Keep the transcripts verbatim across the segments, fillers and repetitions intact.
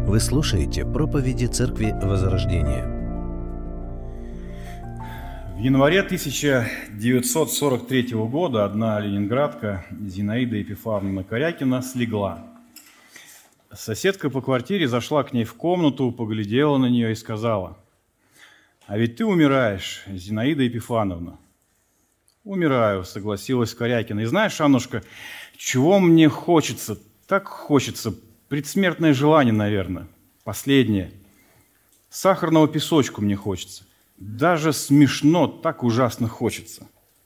Вы слушаете проповеди Церкви Возрождения. В январе тысяча девятьсот сорок третьего года одна ленинградка Зинаида Епифановна Корякина слегла. Соседка по квартире зашла к ней в комнату, поглядела на нее и сказала: «А ведь ты умираешь, Зинаида Епифановна». «Умираю», — согласилась Корякина. «И знаешь, Аннушка, чего мне хочется? Так хочется. Предсмертное желание, наверное. Последнее. Сахарного песочку мне хочется. Даже смешно, так ужасно хочется».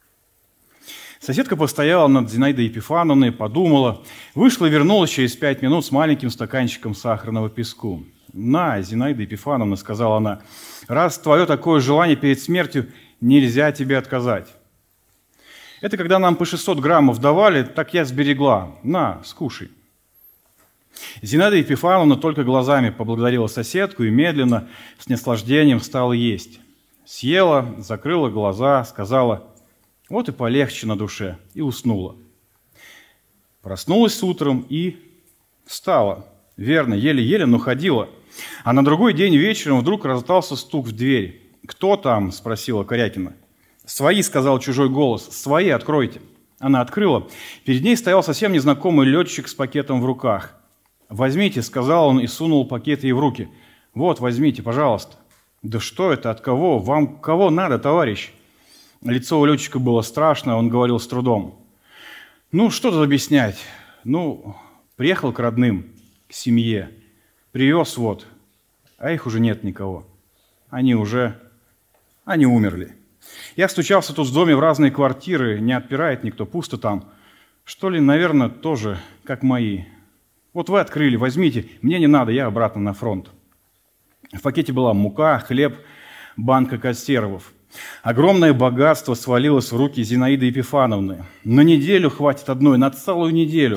Соседка постояла над Зинаидой Епифановной, подумала, вышла и вернулась через пять минут с маленьким стаканчиком сахарного песку. «На, Зинаида Епифановна», — сказала она, — «раз твое такое желание перед смертью, нельзя тебе отказать. Это когда нам по шестьсот граммов давали, так я сберегла. На, скушай». Зинаида Епифановна только глазами поблагодарила соседку и медленно, с наслаждением стала есть. Съела, закрыла глаза, сказала: «Вот и полегче на душе», и уснула. Проснулась утром и встала. Верно, еле-еле, но ходила. А на другой день вечером вдруг раздался стук в дверь. «Кто там?» – спросила Корякина. «Свои», – сказал чужой голос. «Свои, откройте». Она открыла. Перед ней стоял совсем незнакомый летчик с пакетом в руках. «Возьмите», – сказал он и сунул пакет ей в руки. «Вот, возьмите, пожалуйста». «Да что это? От кого? Вам кого надо, товарищ?» Лицо у летчика было страшное, он говорил с трудом. «Ну, что тут объяснять? Ну, приехал к родным, к семье, привез вот, а их уже нет никого. Они уже, они умерли. Я стучался тут в доме в разные квартиры, не отпирает никто, пусто там. Что ли, наверное, тоже, как мои. Вот вы открыли, возьмите, мне не надо, я обратно на фронт». В пакете была мука, хлеб, банка консервов. Огромное богатство свалилось в руки Зинаиды Епифановны. На неделю хватит одной, на целую неделю.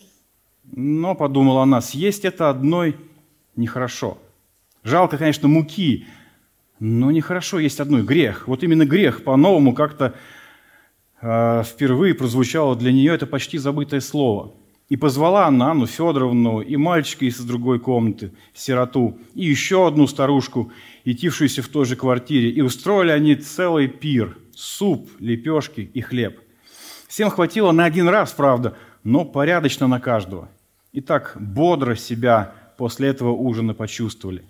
Но, подумала она, съесть это одной нехорошо. Жалко, конечно, муки, но нехорошо есть одной. Грех. Вот именно грех по-новому как-то э, впервые прозвучало для нее это почти забытое слово. И позвала она Анну Федоровну, и мальчика из другой комнаты, сироту, и еще одну старушку, ютившуюся в той же квартире, и устроили они целый пир, суп, лепешки и хлеб. Всем хватило на один раз, правда, но порядочно на каждого. И так бодро себя после этого ужина почувствовали.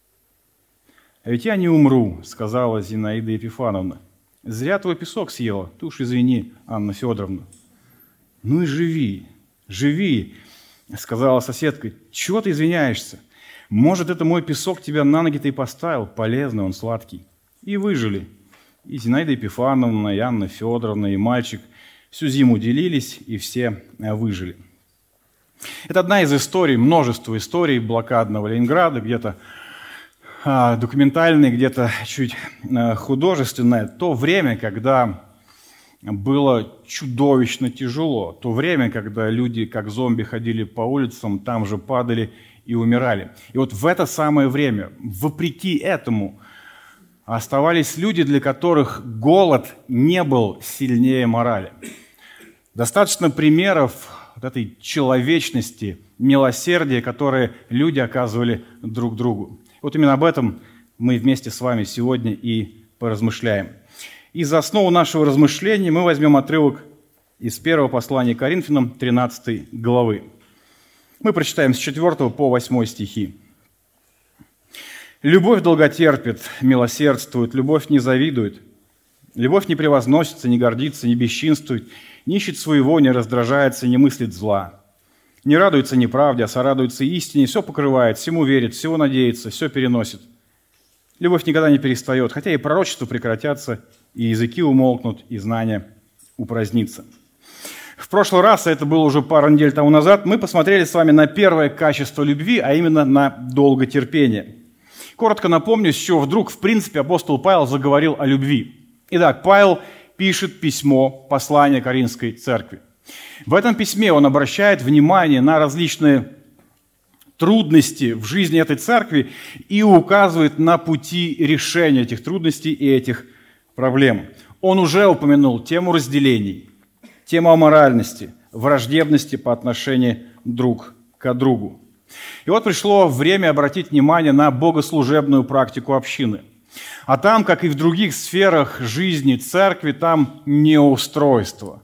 «А ведь я не умру», — сказала Зинаида Епифановна. «Зря твой песок съела, ты уж извини, Анна Федоровна». «Ну и живи». «Живи», — сказала соседка. «Чего ты извиняешься? Может, это мой песок тебя на ноги-то и поставил? Полезный он, сладкий». И выжили. И Зинаида Епифановна, и Анна Федоровна, и мальчик всю зиму делились, и все выжили. Это одна из историй, множество историй блокадного Ленинграда, где-то а, документальные, где-то чуть а, художественное. То время, когда было чудовищно тяжело. То время, когда люди, как зомби, ходили по улицам, там же падали и умирали. И вот в это самое время, вопреки этому, оставались люди, для которых голод не был сильнее морали. Достаточно примеров вот этой человечности, милосердия, которые люди оказывали друг другу. Вот именно об этом мы вместе с вами сегодня и поразмышляем. И за основу нашего размышления мы возьмем отрывок из первого послания к Коринфянам, тринадцатой главы. Мы прочитаем с четвёртого по восьмой стихи. «Любовь долготерпит, милосердствует, любовь не завидует, любовь не превозносится, не гордится, не бесчинствует, не ищет своего, не раздражается, не мыслит зла, не радуется неправде, а сорадуется истине, все покрывает, всему верит, всего надеется, все переносит. Любовь никогда не перестает, хотя и пророчества прекратятся, и языки умолкнут, и знания упразднится». В прошлый раз, а это было уже пару недель тому назад, мы посмотрели с вами на первое качество любви, а именно на долготерпение. Коротко напомню, с чего вдруг, в принципе, апостол Павел заговорил о любви. Итак, Павел пишет письмо, послание Коринфской церкви. В этом письме он обращает внимание на различные трудности в жизни этой церкви и указывает на пути решения этих трудностей и этих проблем. Он уже упомянул тему разделений, тему аморальности, враждебности по отношению друг к другу. И вот пришло время обратить внимание на богослужебную практику общины. А там, как и в других сферах жизни церкви, там неустройство.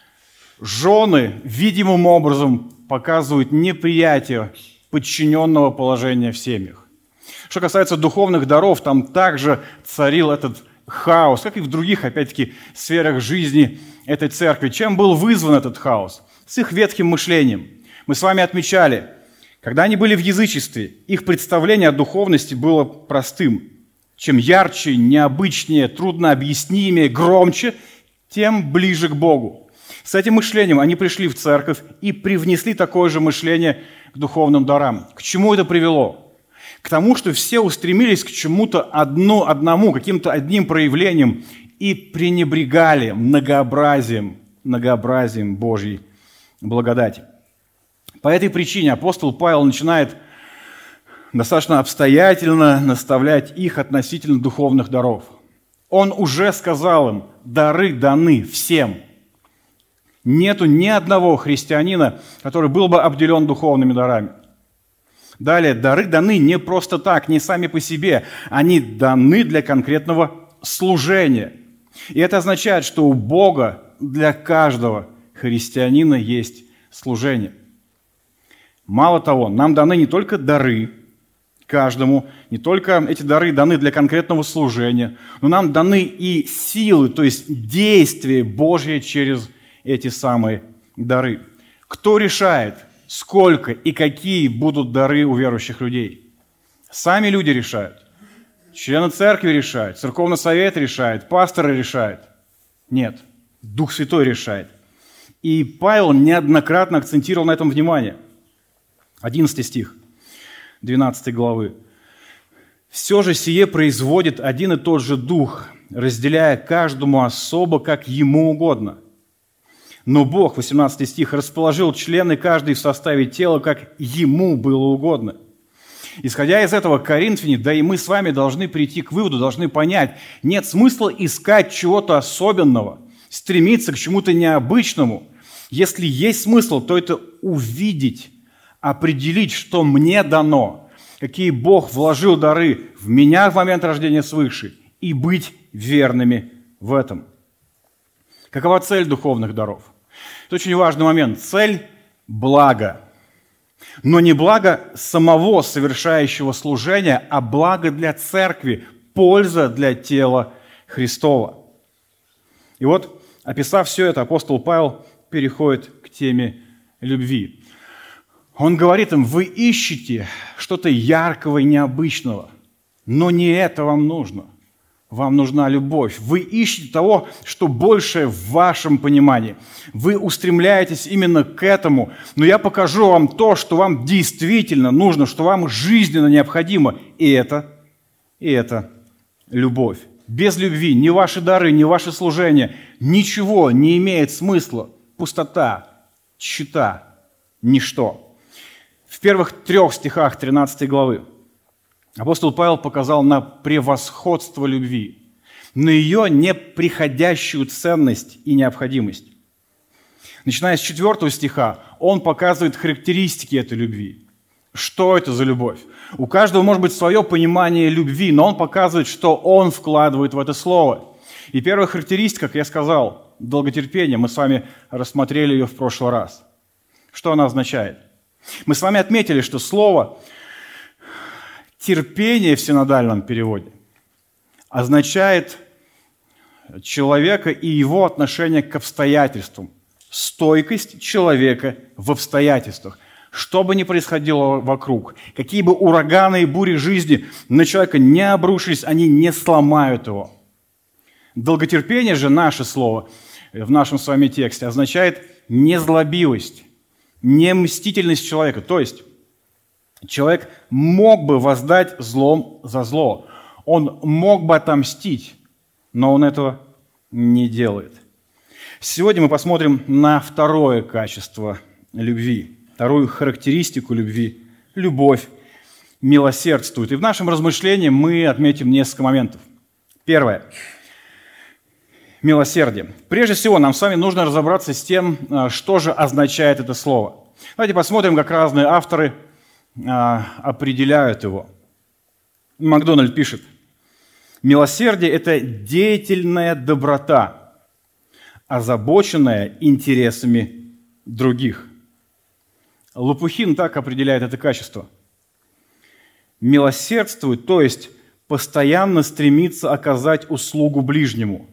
Жены видимым образом показывают неприятие подчиненного положения в семьях. Что касается духовных даров, там также царил этот хаос, как и в других, опять-таки, сферах жизни этой церкви. Чем был вызван этот хаос? С их ветхим мышлением. Мы с вами отмечали, когда они были в язычестве, их представление о духовности было простым. Чем ярче, необычнее, труднообъяснимее, громче, тем ближе к Богу. С этим мышлением они пришли в церковь и привнесли такое же мышление к духовным дарам. К чему это привело? К тому, что все устремились к чему-то одну, одному, каким-то одним проявлением и пренебрегали многообразием, многообразием Божьей благодати. По этой причине апостол Павел начинает достаточно обстоятельно наставлять их относительно духовных даров. Он уже сказал им, дары даны всем. Нету ни одного христианина, который был бы обделен духовными дарами. Далее, дары даны не просто так, не сами по себе. Они даны для конкретного служения. И это означает, что у Бога для каждого христианина есть служение. Мало того, нам даны не только дары, каждому, не только эти дары даны для конкретного служения, но нам даны и силы, то есть действие Божье через эти самые дары. Кто решает, сколько и какие будут дары у верующих людей? Сами люди решают. Члены церкви решают, церковный совет решает, пасторы решают. Нет, Дух Святой решает. И Павел неоднократно акцентировал на этом внимание. одиннадцатый стих двенадцатой главы. «Все же сие производит один и тот же Дух, разделяя каждому особо, как ему угодно. Но Бог, восемнадцатый стих, расположил члены каждый в составе тела, как ему было угодно». Исходя из этого, коринфяне, да и мы с вами должны прийти к выводу, должны понять, нет смысла искать чего-то особенного, стремиться к чему-то необычному. Если есть смысл, то это увидеть, определить, что мне дано, какие Бог вложил дары в меня в момент рождения свыше, и быть верными в этом. Какова цель духовных даров? Это очень важный момент. Цель – благо. Но не благо самого совершающего служения, а благо для церкви, польза для тела Христова. И вот, описав все это, апостол Павел переходит к теме любви. Он говорит им, вы ищете что-то яркого и необычного, но не это вам нужно. Вам нужна любовь. Вы ищете того, что большее в вашем понимании. Вы устремляетесь именно к этому, но я покажу вам то, что вам действительно нужно, что вам жизненно необходимо. И это, и это любовь. Без любви ни ваши дары, ни ваше служение, ничего не имеет смысла. Пустота, тщета, ничто. В первых трех стихах тринадцатой главы апостол Павел показал на превосходство любви, на ее неприходящую ценность и необходимость. Начиная с четвертого стиха, он показывает характеристики этой любви. Что это за любовь? У каждого может быть свое понимание любви, но он показывает, что он вкладывает в это слово. И первая характеристика, как я сказал, долготерпение. Мы с вами рассмотрели ее в прошлый раз. Что она означает? Мы с вами отметили, что слово «терпение» в синодальном переводе означает человека и его отношение к обстоятельствам, стойкость человека в обстоятельствах. Что бы ни происходило вокруг, какие бы ураганы и бури жизни на человека не обрушились, они не сломают его. Долготерпение же, наше слово, в нашем с вами тексте, означает незлобивость, не мстительность человека. То есть человек мог бы воздать злом за зло. Он мог бы отомстить, но он этого не делает. Сегодня мы посмотрим на второе качество любви, вторую характеристику любви – любовь милосердствует. И в нашем размышлении мы отметим несколько моментов. Первое – милосердие. Прежде всего, нам с вами нужно разобраться с тем, что же означает это слово. Давайте посмотрим, как разные авторы а, определяют его. Макдональд пишет: милосердие – это деятельная доброта, озабоченная интересами других. Лопухин так определяет это качество. Милосердствует, то есть постоянно стремится оказать услугу ближнему.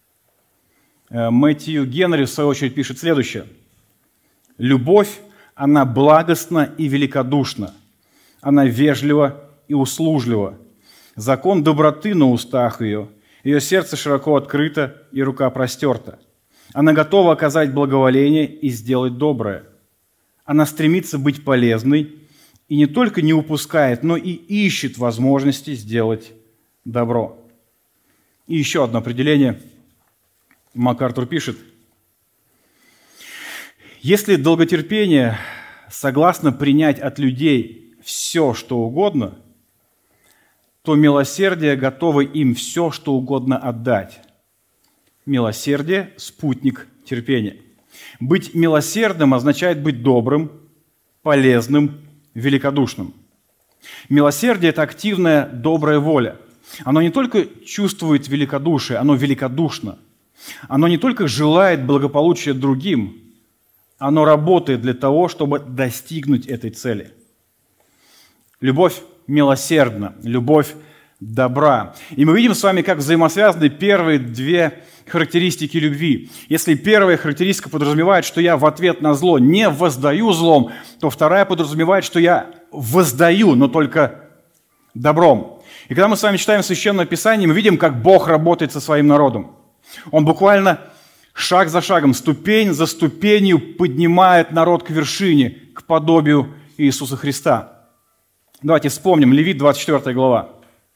Мэтью Генри, в свою очередь, пишет следующее. Любовь, она благостна и великодушна, она вежлива и услужлива. Закон доброты на устах ее, ее сердце широко открыто и рука простерта. Она готова оказать благоволение и сделать доброе. Она стремится быть полезной и не только не упускает, но и ищет возможности сделать добро. И еще одно определение. МакАртур пишет: если долготерпение согласно принять от людей все, что угодно, то милосердие готово им все, что угодно отдать. Милосердие – спутник терпения. Быть милосердным означает быть добрым, полезным, великодушным. Милосердие – это активная, добрая воля. Оно не только чувствует великодушие, оно великодушно. Оно не только желает благополучия другим, оно работает для того, чтобы достигнуть этой цели. Любовь милосердна, любовь добра. И мы видим с вами, как взаимосвязаны первые две характеристики любви. Если первая характеристика подразумевает, что я в ответ на зло не воздаю злом, то вторая подразумевает, что я воздаю, но только добром. И когда мы с вами читаем Священное Писание, мы видим, как Бог работает со своим народом. Он буквально шаг за шагом, ступень за ступенью поднимает народ к вершине, к подобию Иисуса Христа. Давайте вспомним, Левит, двадцать четвёртая глава.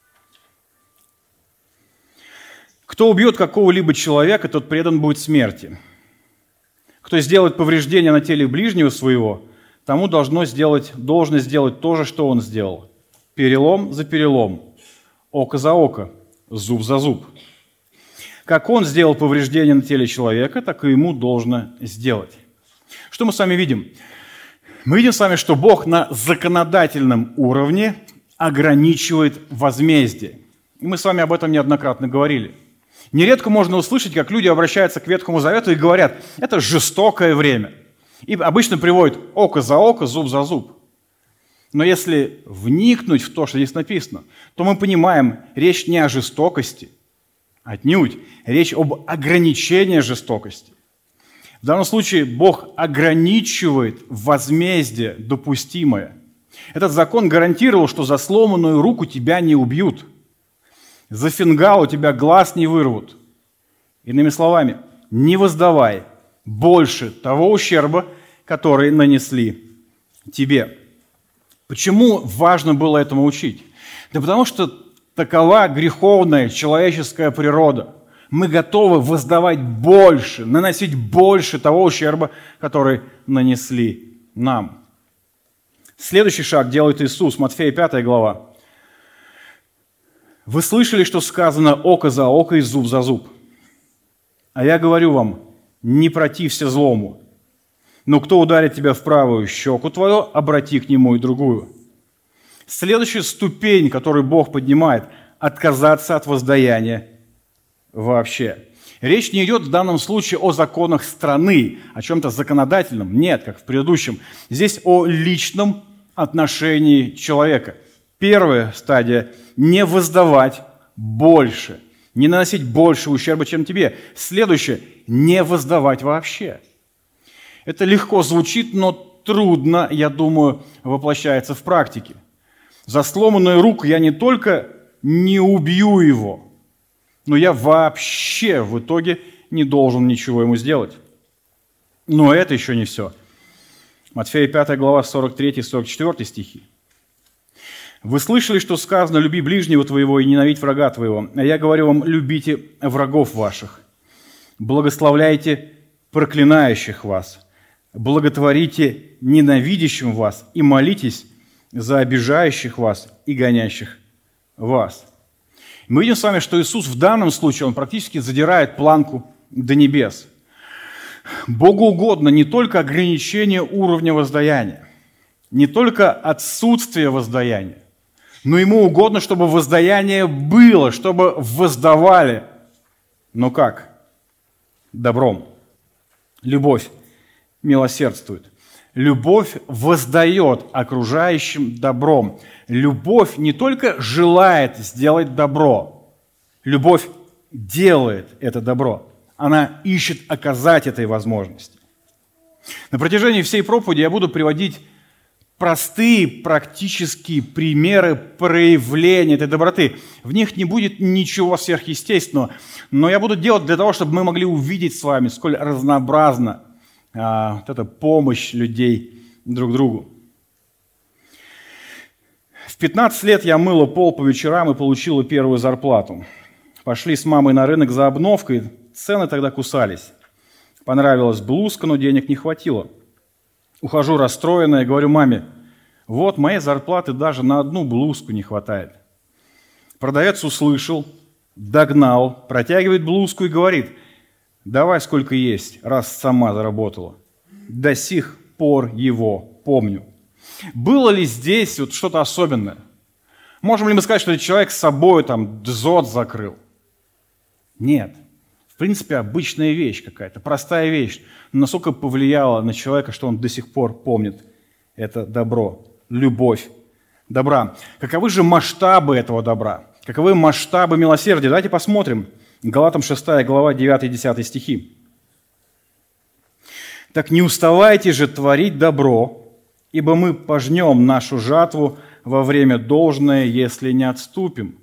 «Кто убьет какого-либо человека, тот предан будет смерти. Кто сделает повреждение на теле ближнего своего, тому должно сделать, должно сделать то же, что он сделал. Перелом за перелом, око за око, зуб за зуб. Как он сделал повреждение на теле человека, так и ему должно сделать». Что мы с вами видим? Мы видим с вами, что Бог на законодательном уровне ограничивает возмездие. И мы с вами об этом неоднократно говорили. Нередко можно услышать, как люди обращаются к Ветхому Завету и говорят: это жестокое время. И обычно приводят око за око, зуб за зуб. Но если вникнуть в то, что здесь написано, то мы понимаем, речь не о жестокости, отнюдь. Речь об ограничении жестокости. В данном случае Бог ограничивает возмездие допустимое. Этот закон гарантировал, что за сломанную руку тебя не убьют, за фингал у тебя глаз не вырвут. Иными словами, не воздавай больше того ущерба, который нанесли тебе. Почему важно было этому учить? Да потому что такова греховная человеческая природа. Мы готовы воздавать больше, наносить больше того ущерба, который нанесли нам. Следующий шаг делает Иисус, Матфея пятая глава. «Вы слышали, что сказано око за око и зуб за зуб? А я говорю вам, не протився злому. Но кто ударит тебя в правую щеку твою, обрати к нему и другую». Следующая ступень, которую Бог поднимает – отказаться от воздаяния вообще. Речь не идет в данном случае о законах страны, о чем-то законодательном. Нет, как в предыдущем. Здесь о личном отношении человека. Первая стадия – не воздавать больше, не наносить больше ущерба, чем тебе. Следующее – не воздавать вообще. Это легко звучит, но трудно, я думаю, воплощается в практике. За сломанную руку я не только не убью его, но я вообще в итоге не должен ничего ему сделать. Но это еще не все. Матфея пятая глава, сорок третий сорок четвёртый стихи. «Вы слышали, что сказано: люби ближнего твоего и ненавидь врага твоего. А я говорю вам: любите врагов ваших, благословляйте проклинающих вас, благотворите ненавидящим вас и молитесь за обижающих вас и гонящих вас». Мы видим с вами, что Иисус в данном случае, Он практически задирает планку до небес. Богу угодно не только ограничение уровня воздаяния. не только отсутствие воздаяния, но ему угодно, чтобы воздаяние было, чтобы воздавали. Но как? Добром. Любовь милосердствует. Любовь воздает окружающим добром. Любовь не только желает сделать добро, любовь делает это добро. Она ищет оказать этой возможности. На протяжении всей проповеди я буду приводить простые практические примеры проявления этой доброты. В них не будет ничего сверхъестественного, но я буду делать для того, чтобы мы могли увидеть с вами, сколь разнообразна а, вот эта помощь людей друг другу. В пятнадцать лет я мыла пол по вечерам и получила первую зарплату. Пошли с мамой на рынок за обновкой, цены тогда кусались. Понравилась блузка, но денег не хватило. Ухожу расстроенная, говорю маме: вот моей зарплаты даже на одну блузку не хватает. Продавец услышал, догнал, протягивает блузку и говорит: давай сколько есть, раз сама заработала. До сих пор его помню. Было ли здесь вот что-то особенное? Можем ли мы сказать, что этот человек с собой там дзот закрыл? Нет. В принципе, обычная вещь какая-то, простая вещь, но насколько повлияла на человека, что он до сих пор помнит это добро, любовь добра. Каковы же масштабы этого добра? Каковы масштабы милосердия? Давайте посмотрим. Галатам шестая глава, девятый-десятый стихи. «Так не уставайте же творить добро, ибо мы пожнем нашу жатву во время должное, если не отступим.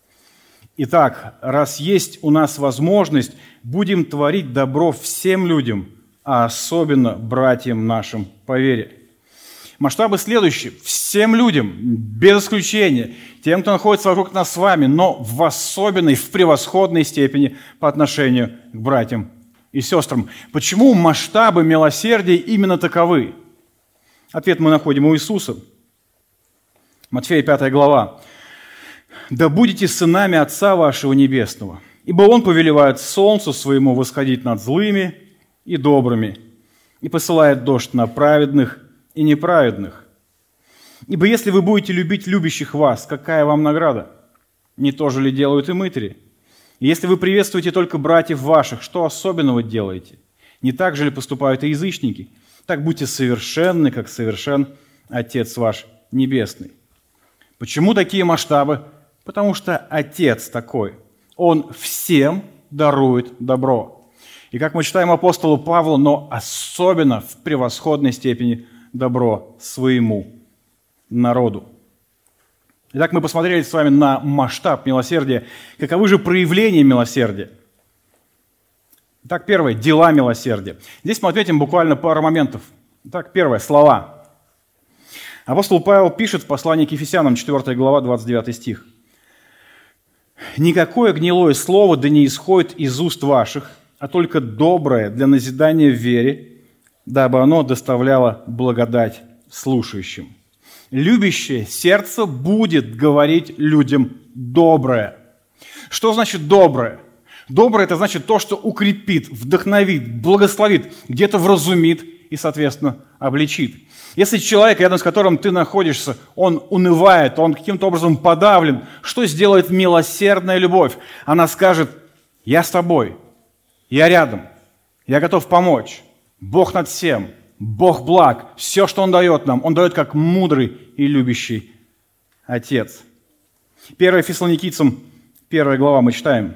Итак, раз есть у нас возможность, будем творить добро всем людям, а особенно братьям нашим по вере». Масштабы следующие. Всем людям, без исключения, тем, кто находится вокруг нас с вами, но в особенной, в превосходной степени по отношению к братьям и сестрам. Почему масштабы милосердия именно таковы? Ответ мы находим у Иисуса. Матфея пятая глава. «Да будете сынами Отца вашего Небесного, ибо Он повелевает солнцу своему восходить над злыми и добрыми, и посылает дождь на праведных и неправедных. Ибо если вы будете любить любящих вас, какая вам награда? Не то же ли делают и мытари? И если вы приветствуете только братьев ваших, что особенного делаете? Не так же ли поступают и язычники? Так будьте совершенны, как совершен Отец ваш Небесный». Почему такие масштабы? Потому что Отец такой. Он всем дарует добро. И как мы читаем апостола Павла, но особенно в превосходной степени добро своему народу. Итак, мы посмотрели с вами на масштаб милосердия. Каковы же проявления милосердия? Итак, первое – дела милосердия. Здесь мы ответим буквально пару моментов. Итак, первое – слова. Апостол Павел пишет в послании к Ефесянам, четвёртая глава, двадцать девятый стих. «Никакое гнилое слово да не исходит из уст ваших, а только доброе для назидания в вере, дабы оно доставляло благодать слушающим». Любящее сердце будет говорить людям доброе. Что значит доброе? Доброе – это значит то, что укрепит, вдохновит, благословит, где-то вразумит и, соответственно, обличит. Если человек, рядом с которым ты находишься, он унывает, он каким-то образом подавлен, что сделает милосердная любовь? Она скажет: «Я с тобой, я рядом, я готов помочь, Бог над всем, Бог благ, все, что Он дает нам, Он дает как мудрый и любящий Отец». первое Фессалоникийцам, первая глава, мы читаем: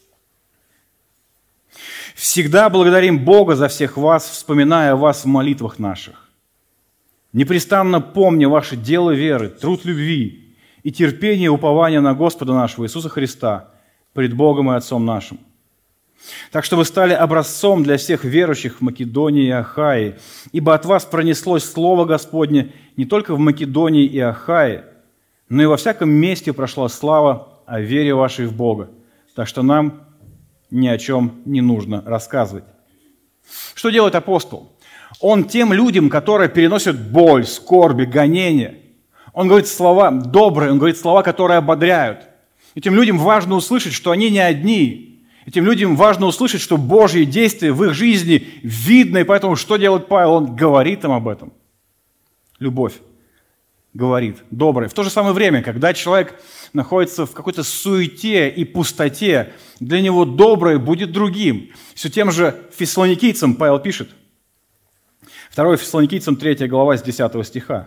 «Всегда благодарим Бога за всех вас, вспоминая о вас в молитвах наших, непрестанно помня ваше дело веры, труд любви и терпение и упования на Господа нашего Иисуса Христа пред Богом и Отцом нашим. Так что вы стали образцом для всех верующих в Македонии и Ахае, ибо от вас пронеслось Слово Господне не только в Македонии и Ахае, но и во всяком месте прошла слава о вере вашей в Бога, так что нам ни о чем не нужно рассказывать». Что делает апостол? Он тем людям, которые переносят боль, скорби, гонения, он говорит слова добрые, он говорит слова, которые ободряют. Этим людям важно услышать, что они не одни. Этим людям важно услышать, что Божьи действия в их жизни видны, и поэтому что делает Павел? Он говорит им об этом. Любовь говорит, доброе. В то же самое время, когда человек находится в какой-то суете и пустоте, для него доброе будет другим. Все тем же фессалоникийцам Павел пишет. второе Фессалоникийцам третья глава с десятого стиха.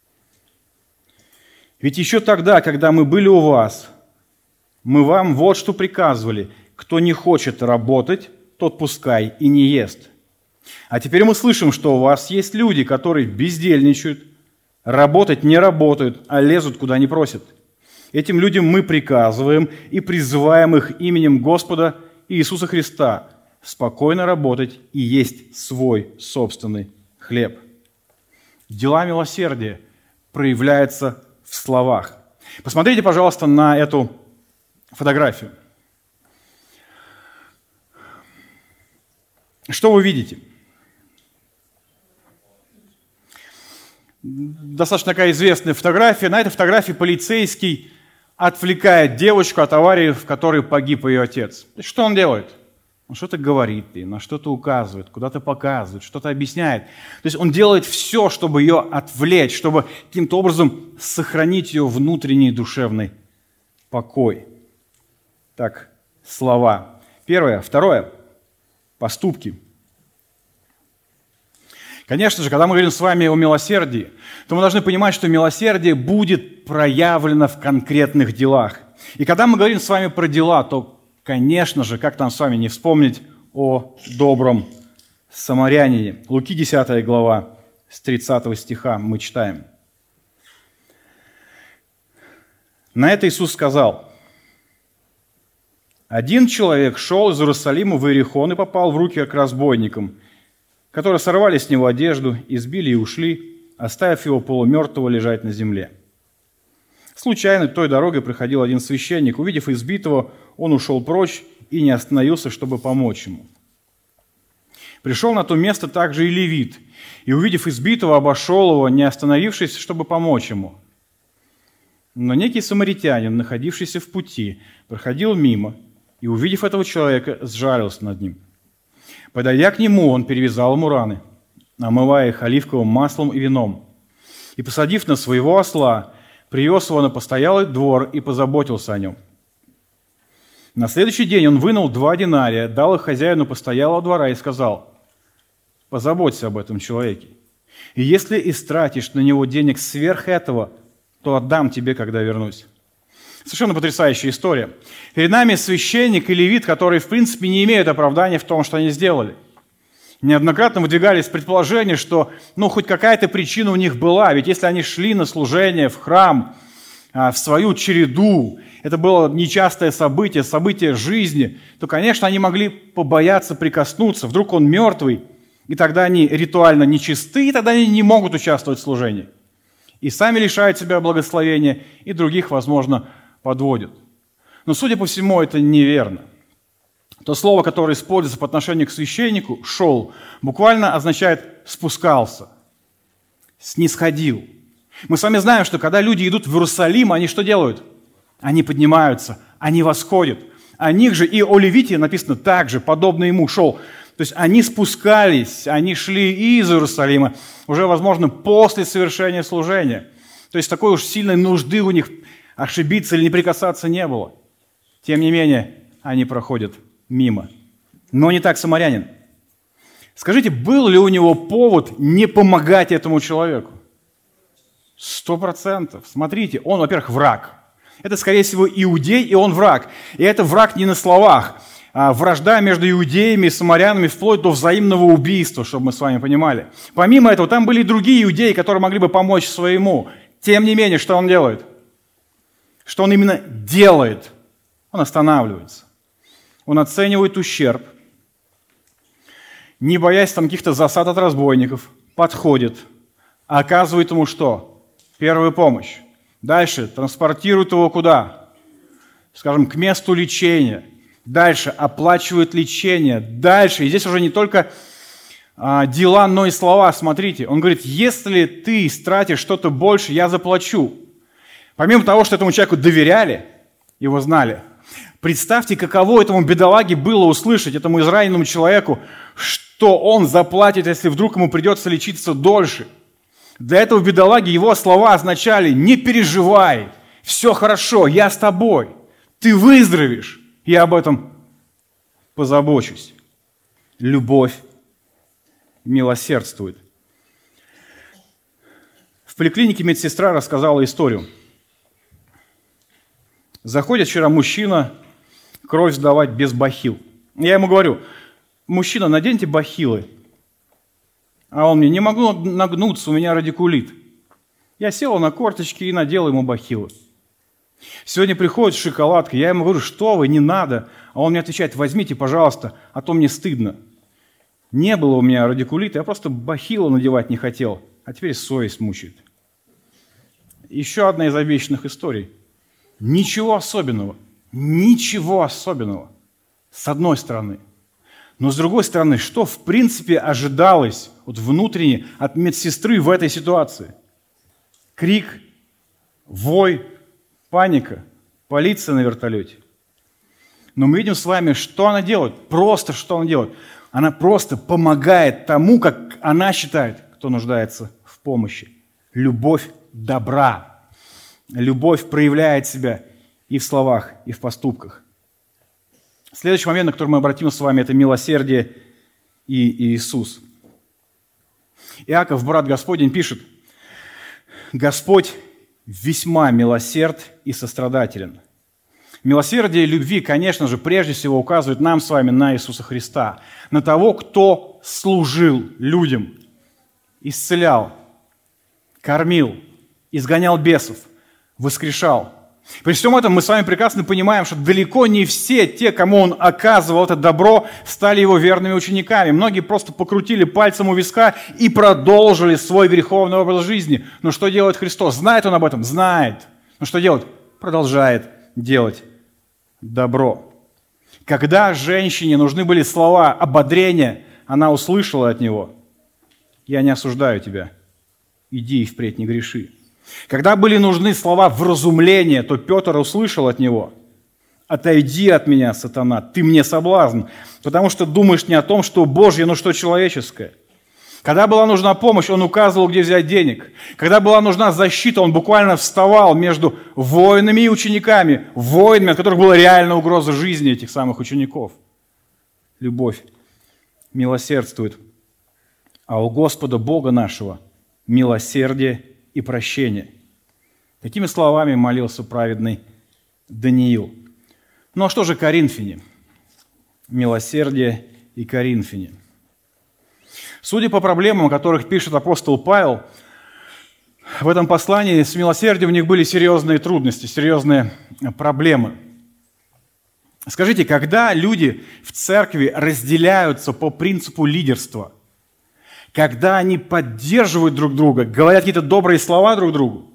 «Ведь еще тогда, когда мы были у вас, мы вам вот что приказывали: кто не хочет работать, тот пускай и не ест. А теперь мы слышим, что у вас есть люди, которые бездельничают, работать не работают, а лезут куда не просят. Этим людям мы приказываем и призываем их именем Господа Иисуса Христа спокойно работать и есть свой собственный хлеб». Дела милосердия проявляются в словах. Посмотрите, пожалуйста, на эту фотографию. Что вы видите? Достаточно такая известная фотография. На этой фотографии полицейский отвлекает девочку от аварии, в которой погиб ее отец. Что он делает? Он что-то говорит ей, на что-то указывает, куда-то показывает, что-то объясняет. То есть он делает все, чтобы ее отвлечь, чтобы каким-то образом сохранить ее внутренний душевный покой. Так, слова. Первое. Второе. Поступки. Конечно же, когда мы говорим с вами о милосердии, то мы должны понимать, что милосердие будет проявлено в конкретных делах. И когда мы говорим с вами про дела, то, конечно же, как нам с вами не вспомнить о добром самарянине. Луки десятая глава, с тридцатого стиха мы читаем. На это Иисус сказал: «Один человек шел из Иерусалима в Иерихон и попал в руки к разбойникам, которые сорвали с него одежду, избили и ушли, оставив его полумертвого лежать на земле. Случайно той дорогой проходил один священник. Увидев избитого, он ушел прочь и не остановился, чтобы помочь ему. Пришел на то место также и левит, и, увидев избитого, обошел его, не остановившись, чтобы помочь ему. Но некий самаритянин, находившийся в пути, проходил мимо, и, увидев этого человека, сжалился над ним. Подойдя к нему, он перевязал ему раны, омывая их оливковым маслом и вином, и, посадив на своего осла, привез его на постоялый двор и позаботился о нем. На следующий день он вынул два динария, дал их хозяину постоялого двора и сказал: «Позаботься об этом человеке, и если истратишь на него денег сверх этого, то отдам тебе, когда вернусь». Совершенно потрясающая история. Перед нами священник и левит, которые, в принципе, не имеют оправдания в том, что они сделали. Неоднократно выдвигались предположения, что ну, хоть какая-то причина у них была, ведь если они шли на служение в храм, в свою череду, это было нечастое событие, событие жизни, то, конечно, они могли побояться прикоснуться. Вдруг он мертвый, и тогда они ритуально нечисты, и тогда они не могут участвовать в служении. И сами лишают себя благословения, и других, возможно, подводят. Но, судя по всему, это неверно. То слово, которое используется по отношению к священнику, «шел», буквально означает «спускался», «снисходил». Мы с вами знаем, что когда люди идут в Иерусалим, они что делают? Они поднимаются, они восходят. О них же и о левите написано также, подобно ему шел. То есть они спускались, они шли из Иерусалима, уже, возможно, после совершения служения. То есть такой уж сильной нужды у них ошибиться или не прикасаться не было. Тем не менее, они проходят мимо. Но не так самарянин. Скажите, был ли у него повод не помогать этому человеку? Сто процентов. Смотрите, он, во-первых, враг. Это, скорее всего, иудей, и он враг. И это враг не на словах. А вражда между иудеями и самарянами вплоть до взаимного убийства, чтобы мы с вами понимали. Помимо этого, там были и другие иудеи, которые могли бы помочь своему. Тем не менее, что он делает? Что он именно делает? Он останавливается. Он оценивает ущерб, не боясь там каких-то засад от разбойников, подходит, а оказывает ему что? Первую помощь. Дальше транспортирует его куда? Скажем, к месту лечения. Дальше оплачивает лечение. Дальше, и здесь уже не только а, дела, но и слова. Смотрите, он говорит: если ты истратишь что-то больше, я заплачу. Помимо того, что этому человеку доверяли, его знали, представьте, каково этому бедолаге было услышать, этому израненному человеку, что он заплатит, если вдруг ему придется лечиться дольше. Для этого бедолаги его слова означали: не переживай, все хорошо, я с тобой, ты выздоровеешь, я об этом позабочусь. Любовь милосердствует. В поликлинике медсестра рассказала историю. Заходит вчера мужчина кровь сдавать без бахил. Я ему говорю: мужчина, наденьте бахилы. А он мне: не могу нагнуться, у меня радикулит. Я сел на корточки и надел ему бахилы. Сегодня приходит с шоколадкой, я ему говорю: что вы, не надо. А он мне отвечает: возьмите, пожалуйста, а то мне стыдно. Не было у меня радикулита, я просто бахилы надевать не хотел, а теперь совесть мучает. Еще одна из обещанных историй. Ничего особенного, ничего особенного, с одной стороны. Но с другой стороны, что в принципе ожидалось вот внутренне от медсестры в этой ситуации? Крик, вой, паника, полиция на вертолете. Но мы видим с вами, что она делает, просто что она делает. Она просто помогает тому, как она считает, кто нуждается в помощи. Любовь добра. Любовь проявляет себя и в словах, и в поступках. Следующий момент, на который мы обратим с вами, это милосердие и Иисус. Иаков, брат Господень, пишет: Господь весьма милосерд и сострадателен. Милосердие и любви, конечно же, прежде всего указывает нам с вами на Иисуса Христа, на того, кто служил людям, исцелял, кормил, изгонял бесов, воскрешал. При всем этом мы с вами прекрасно понимаем, что далеко не все те, кому он оказывал это добро, стали его верными учениками. Многие просто покрутили пальцем у виска и продолжили свой греховный образ жизни. Но что делает Христос? Знает он об этом? Знает. Но что делает? Продолжает делать добро. Когда женщине нужны были слова ободрения, она услышала от него: «Я не осуждаю тебя, иди и впредь не греши». Когда были нужны слова вразумления, то Петр услышал от него: «Отойди от меня, сатана, ты мне соблазн, потому что думаешь не о том, что Божье, но что человеческое». Когда была нужна помощь, он указывал, где взять денег. Когда была нужна защита, он буквально вставал между воинами и учениками, воинами, от которых была реальная угроза жизни этих самых учеников. Любовь милосердствует, а у Господа Бога нашего милосердие и прощение. Такими словами молился праведный Даниил. Ну а что же Коринфяне? Милосердие и Коринфяне. Судя по проблемам, о которых пишет апостол Павел, в этом послании с милосердием у них были серьезные трудности, серьезные проблемы. Скажите, когда люди в церкви разделяются по принципу лидерства, когда они поддерживают друг друга, говорят какие-то добрые слова друг другу?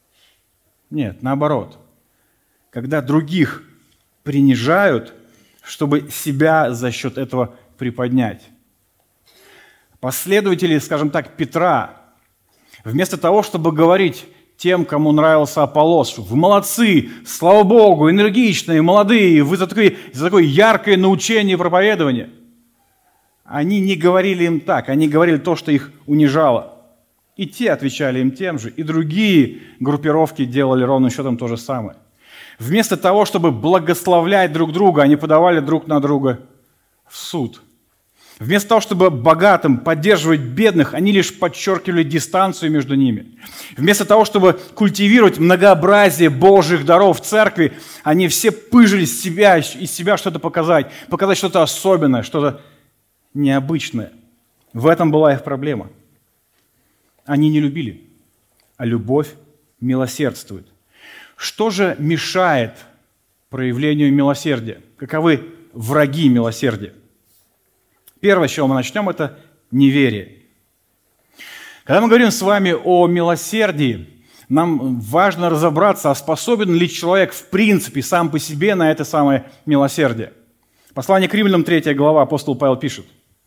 Нет, наоборот. Когда других принижают, чтобы себя за счет этого приподнять. Последователи, скажем так, Петра, вместо того, чтобы говорить тем, кому нравился Аполлос, что вы молодцы, слава Богу, энергичные, молодые, вы за такое, за такое яркое научение и проповедование, они не говорили им так, они говорили то, что их унижало. И те отвечали им тем же, и другие группировки делали ровным счетом то же самое. Вместо того, чтобы благословлять друг друга, они подавали друг на друга в суд. Вместо того, чтобы богатым поддерживать бедных, они лишь подчеркивали дистанцию между ними. Вместо того, чтобы культивировать многообразие Божьих даров в церкви, они все пыжили из себя, из себя что-то показать, показать что-то особенное, что-то необычное. В этом была их проблема. Они не любили, а любовь милосердствует. Что же мешает проявлению милосердия? Каковы враги милосердия? Первое, с чего мы начнем, это неверие. Когда мы говорим с вами о милосердии, нам важно разобраться, а способен ли человек в принципе сам по себе на это самое милосердие. Послание к Римлянам, третья глава, апостол Павел пишет,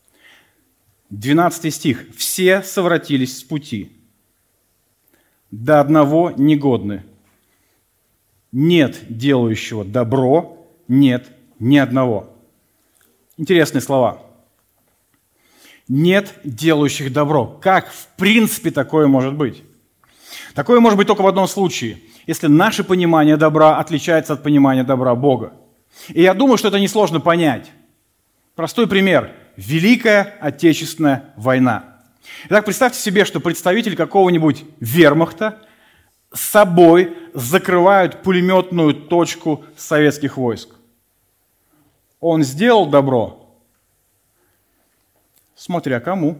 двенадцатый стих. «Все совратились с пути, до одного негодны. Нет делающего добро, нет ни одного». Интересные слова. нет делающих добро. Как в принципе такое может быть? Такое может быть только в одном случае, если наше понимание добра отличается от понимания добра Бога. И я думаю, что это несложно понять. Простой пример. Великая Отечественная война. Итак, представьте себе, что представитель какого-нибудь вермахта с собой закрывают пулеметную точку советских войск. Он сделал добро, смотря кому.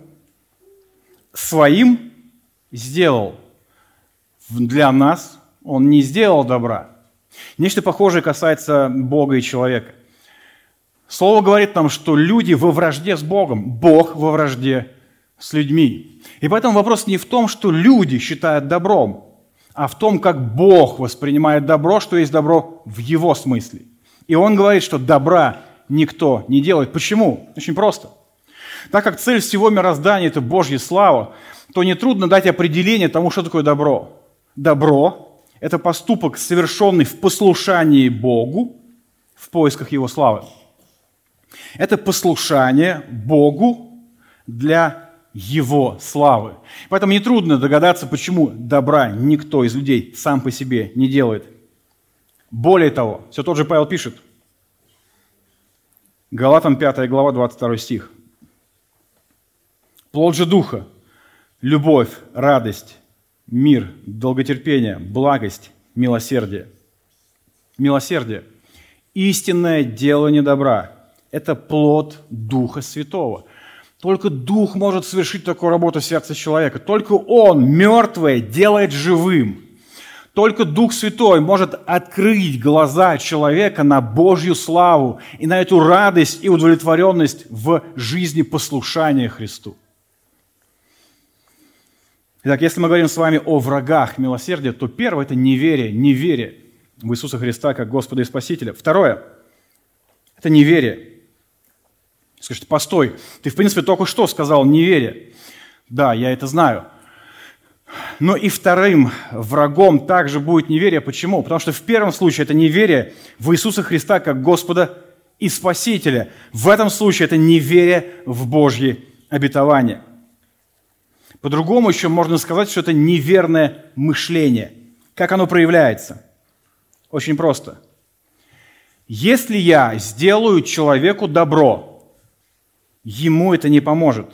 Своим сделал. Для нас он не сделал добра. Нечто похожее касается Бога и человека. Слово говорит нам, что люди во вражде с Богом, Бог во вражде с людьми. И поэтому вопрос не в том, что люди считают добром, а в том, как Бог воспринимает добро, что есть добро в его смысле. И он говорит, что добра никто не делает. Почему? Очень просто. Так как цель всего мироздания – это Божья слава, то нетрудно дать определение тому, что такое добро. Добро – это поступок, совершенный в послушании Богу в поисках Его славы. Это послушание Богу для Его славы. Поэтому нетрудно догадаться, почему добра никто из людей сам по себе не делает. Более того, все тот же Павел пишет, Галатам пятая глава, двадцать второй стих. «Плод же Духа – любовь, радость, мир, долготерпение, благость, милосердие». Милосердие – истинное делание добра. Это плод Духа Святого. Только Дух может совершить такую работу в сердце человека. Только Он мертвое делает живым. Только Дух Святой может открыть глаза человека на Божью славу и на эту радость и удовлетворенность в жизни послушания Христу. Итак, если мы говорим с вами о врагах милосердия, то первое – это неверие, неверие в Иисуса Христа как Господа и Спасителя. Второе – это неверие. Скажите, постой, ты, в принципе, только что сказал неверие. Да, я это знаю. Но и вторым врагом также будет неверие. Почему? Потому что в первом случае это неверие в Иисуса Христа как Господа и Спасителя. В этом случае это неверие в Божьи обетования. По-другому еще можно сказать, что это неверное мышление. Как оно проявляется? Очень просто. Если я сделаю человеку добро, ему это не поможет.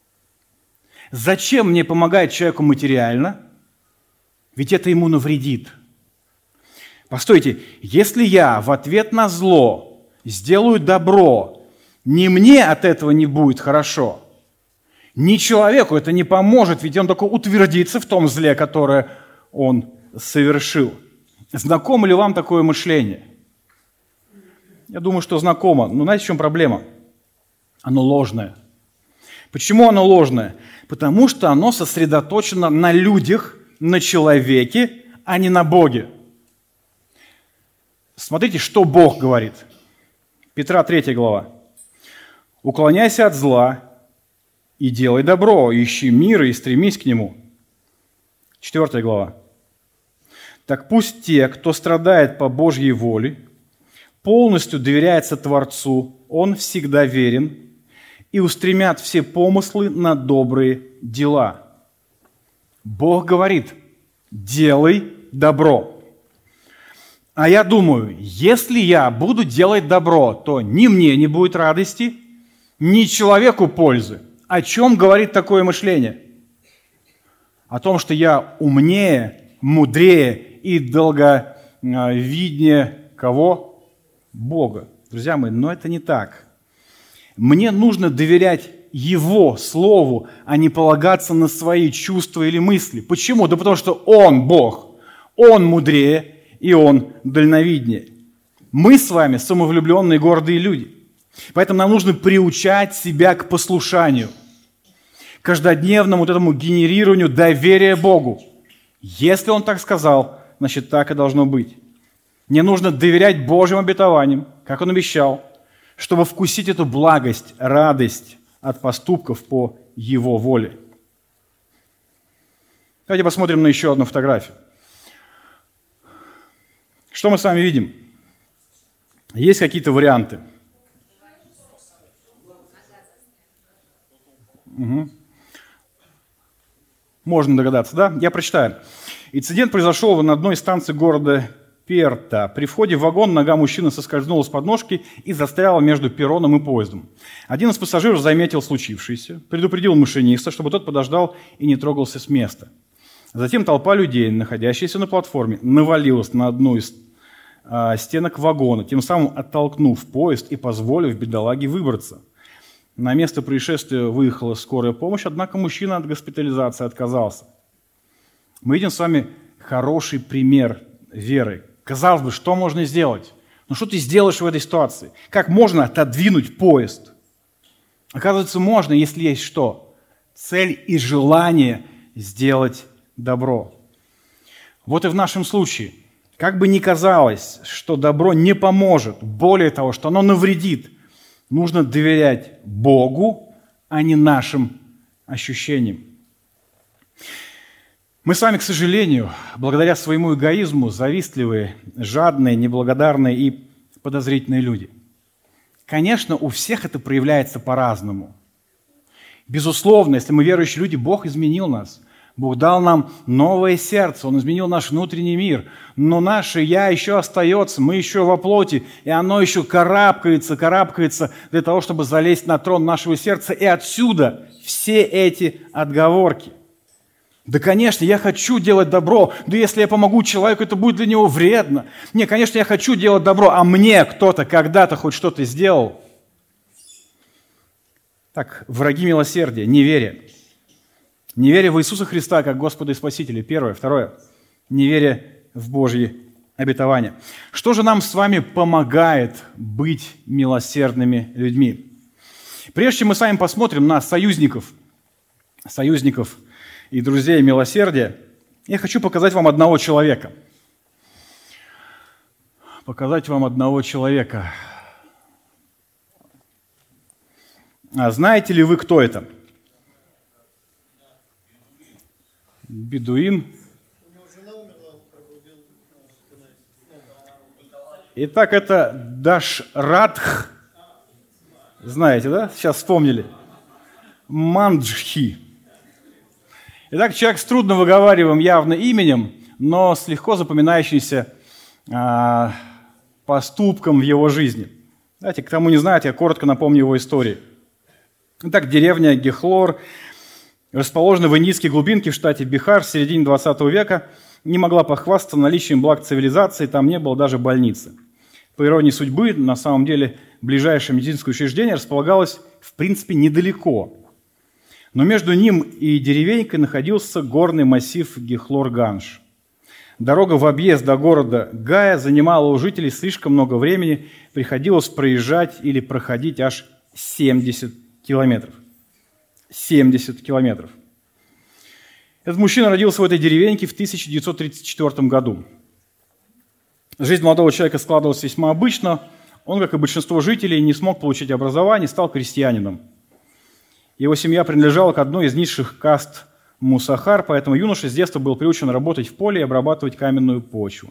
Зачем мне помогать человеку материально? Ведь это ему навредит. Постойте, если я в ответ на зло сделаю добро, ни мне от этого не будет хорошо, ни человеку это не поможет, ведь он только утвердится в том зле, которое он совершил. Знакомо ли вам такое мышление? Я думаю, что знакомо. Но знаете, в чем проблема? Оно ложное. Почему оно ложное? Потому что оно сосредоточено на людях, на человеке, а не на Боге. Смотрите, что Бог говорит. Петра третья глава. «Уклоняйся от зла и делай добро, ищи мира и стремись к нему». четвёртая глава. «Так пусть те, кто страдает по Божьей воле, полностью доверяется Творцу, Он всегда верен, и устремят все помыслы на добрые дела». Бог говорит, делай добро. А я думаю, если я буду делать добро, то ни мне не будет радости, ни человеку пользы. О чем говорит такое мышление? О том, что я умнее, мудрее и долговиднее кого? Бога. Друзья мои, но это не так. Мне нужно доверять Его Слову, а не полагаться на свои чувства или мысли. Почему? Да потому что Он Бог, Он мудрее и Он дальновиднее. Мы с вами самовлюбленные, гордые люди. Поэтому нам нужно приучать себя к послушанию, к каждодневному вот этому генерированию доверия Богу. Если Он так сказал, значит, так и должно быть. Мне нужно доверять Божьим обетованиям, как Он обещал, чтобы вкусить эту благость, радость от поступков по Его воле. Давайте посмотрим на еще одну фотографию. Что мы с вами видим? Есть какие-то варианты? Угу. Можно догадаться, да? Я прочитаю. Инцидент произошел на одной из станций города Перта. При входе в вагон нога мужчины соскользнула с подножки и застряла между перроном и поездом. Один из пассажиров заметил случившееся, предупредил машиниста, чтобы тот подождал и не трогался с места. Затем толпа людей, находящаяся на платформе, навалилась на одну из а, стенок вагона, тем самым оттолкнув поезд и позволив бедолаге выбраться. На место происшествия выехала скорая помощь, однако мужчина от госпитализации отказался. Мы видим с вами хороший пример веры. Казалось бы, что можно сделать? Ну что ты сделаешь в этой ситуации? Как можно отодвинуть поезд? Оказывается, можно, если есть что? Цель и желание сделать добро. Вот и в нашем случае. Как бы ни казалось, что добро не поможет, более того, что оно навредит, нужно доверять Богу, а не нашим ощущениям. Мы с вами, к сожалению, благодаря своему эгоизму, завистливые, жадные, неблагодарные и подозрительные люди. Конечно, у всех это проявляется по-разному. Безусловно, если мы верующие люди, Бог изменил нас. Бог дал нам новое сердце, Он изменил наш внутренний мир. Но наше «я» еще остается, мы еще во плоти, и оно еще карабкается, карабкается для того, чтобы залезть на трон нашего сердца. И отсюда все эти отговорки. Да, конечно, я хочу делать добро, да если я помогу человеку, это будет для него вредно. Не, конечно, я хочу делать добро, а мне кто-то когда-то хоть что-то сделал. Так, враги милосердия, неверие. Неверие в Иисуса Христа как Господа и Спасителя, первое. Второе, неверие в Божьи обетования. Что же нам с вами помогает быть милосердными людьми? Прежде чем мы с вами посмотрим на союзников, союзников и друзей милосердия, я хочу показать вам одного человека. Показать вам одного человека. А знаете ли вы, кто это? Бедуин. Итак, это Дашрадх. Знаете, да? Сейчас вспомнили. Манджхи. Итак, человек с трудно выговариваемым явно именем, но с легко запоминающимся а, поступком в его жизни. Знаете, к тому не знает, я коротко напомню его историю. Итак, деревня Гехлор, расположена в индийской глубинке в штате Бихар в середине двадцатого века, не могла похвастаться наличием благ цивилизации, там не было даже больницы. По иронии судьбы, на самом деле, ближайшее медицинское учреждение располагалось, в принципе, недалеко. Но между ним и деревенькой находился горный массив Гехлор-Ганж. Дорога в объезд до города Гая занимала у жителей слишком много времени, приходилось проезжать или проходить аж семьдесят километров. семьдесят километров. Этот мужчина родился в этой деревеньке в тысяча девятьсот тридцать четвёртом году. Жизнь молодого человека складывалась весьма обычно. Он, как и большинство жителей, не смог получить образование, стал крестьянином. Его семья принадлежала к одной из низших каст мусахар, поэтому юноша с детства был приучен работать в поле и обрабатывать каменную почву.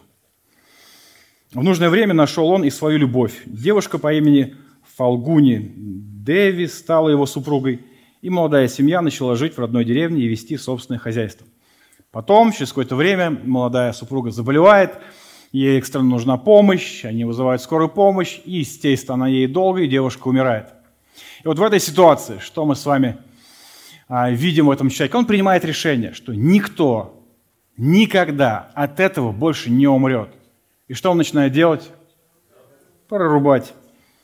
В нужное время нашел он и свою любовь. Девушка по имени Фалгуни Деви стала его супругой, и молодая семья начала жить в родной деревне и вести собственное хозяйство. Потом, через какое-то время, молодая супруга заболевает, ей экстренно нужна помощь, они вызывают скорую помощь, и, естественно, она ей долго, и девушка умирает. И вот в этой ситуации, что мы с вами а, видим в этом человеке, он принимает решение, что никто никогда от этого больше не умрет. И что он начинает делать? Прорубать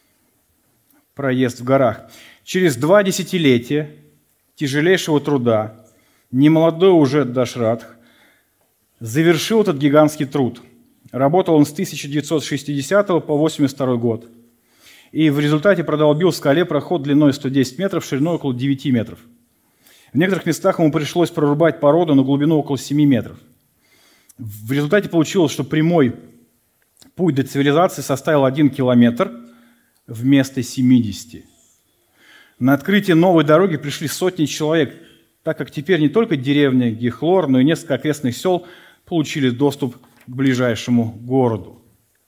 проезд в горах. Через два десятилетия тяжелейшего труда немолодой уже Дашрадх завершил этот гигантский труд. Работал он с тысяча девятьсот шестидесятого по восемьдесят второй год. И в результате продолбил в скале проход длиной сто десять метров, шириной около девяти метров. В некоторых местах ему пришлось прорубать породу на глубину около семи метров. В результате получилось, что прямой путь до цивилизации составил один километр вместо семидесяти. На открытие новой дороги пришли сотни человек, так как теперь не только деревня Гехлор, но и несколько окрестных сел получили доступ к ближайшему городу.